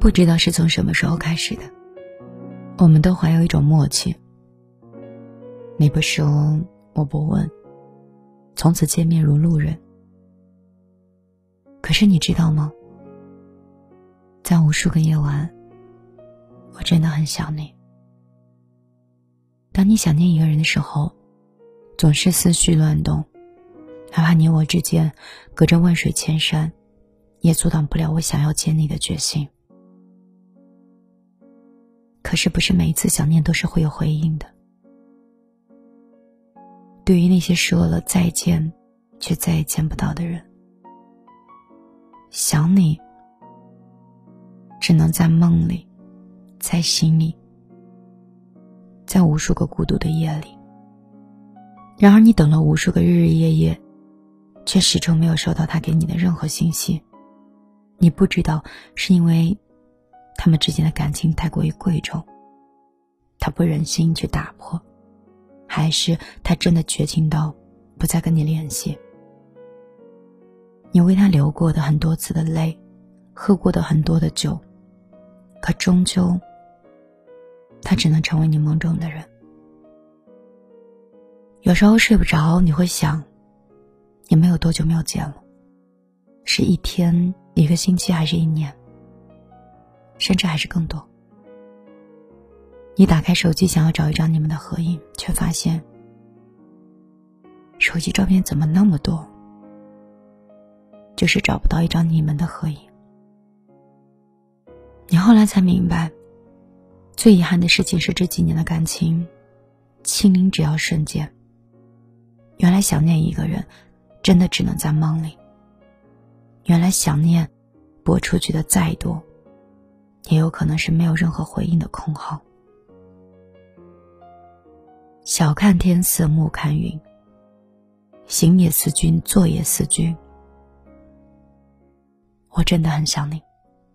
不知道是从什么时候开始的，我们都怀有一种默契，你不说我不问，从此见面如路人。可是你知道吗，在无数个夜晚，我真的很想你。当你想念一个人的时候，总是思绪乱动，哪怕你我之间隔着万水千山，也阻挡不了我想要见你的决心。可是不是每一次想念都是会有回应的。对于那些说了再见却再也见不到的人，想你只能在梦里，在心里，在无数个孤独的夜里。然而你等了无数个日日夜夜，却始终没有收到他给你的任何信息。你不知道是因为他们之间的感情太过于贵重，他不忍心去打破，还是他真的绝情到不再跟你联系。你为他流过的很多次的泪，喝过的很多的酒，可终究他只能成为你梦中的人。有时候睡不着，你会想，也没有多久没有见了，是一天、一个星期，还是1年，甚至还是更多。你打开手机想要找一张你们的合影，却发现手机照片怎么那么多，就是找不到一张你们的合影。你后来才明白，最遗憾的事情是这几年的感情清零只要瞬间。原来想念一个人真的只能在梦里，原来想念拨出去的再多，也有可能是没有任何回应的空号。晓看天色暮看云，行也思君，坐也思君。我真的很想你，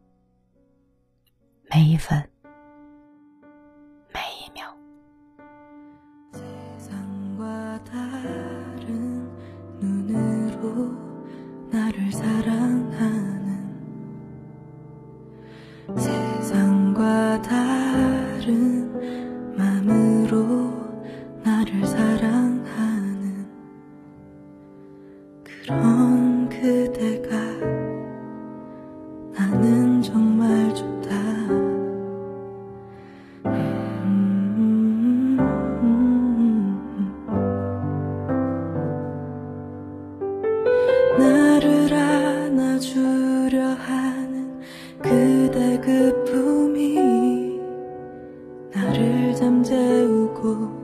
每一分每一秒。 세상과 다른 맘으로 나를 사랑하는 그런 그대가 나는 정말 좋다. 나를 안아주려 하는 그대 그 품이 나를 잠재우고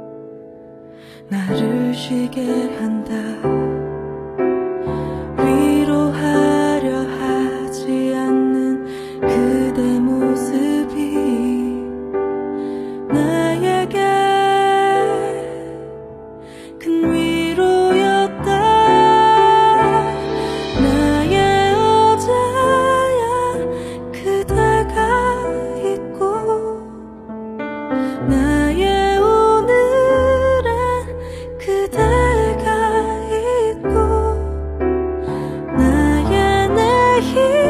나를 쉬게 한다. 위로하려 하지 않는 그대 모습이 나에게 큰 위로였다. 나의 어제야 그대가 있고 나의 오늘엔 그대가 있고 나의 내일